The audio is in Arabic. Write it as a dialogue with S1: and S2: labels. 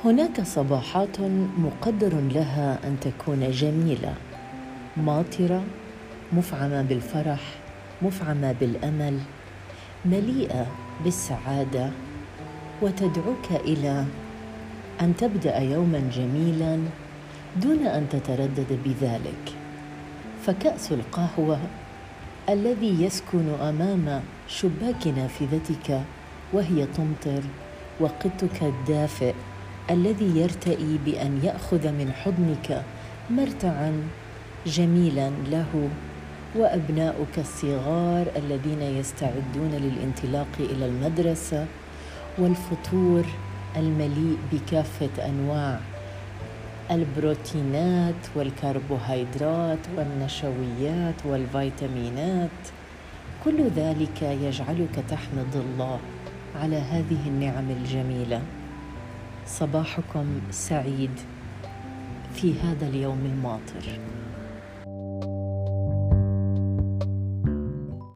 S1: هناك صباحات مقدر لها أن تكون جميلة، ماطرة، مفعمة بالفرح، مفعمة بالأمل، مليئة بالسعادة، وتدعوك إلى أن تبدأ يوما جميلا دون أن تتردد بذلك. فكأس القهوة الذي يسكن أمام شباك نافذتك وهي تمطر، وقطك الدافئ الذي يرتئي بأن يأخذ من حضنك مرتعا جميلا له، وأبناؤك الصغار الذين يستعدون للانطلاق إلى المدرسة، والفطور المليء بكافة أنواع البروتينات والكربوهيدرات والنشويات والفيتامينات، كل ذلك يجعلك تحمد الله على هذه النعم الجميلة. صباحكم سعيد في هذا اليوم الماطر.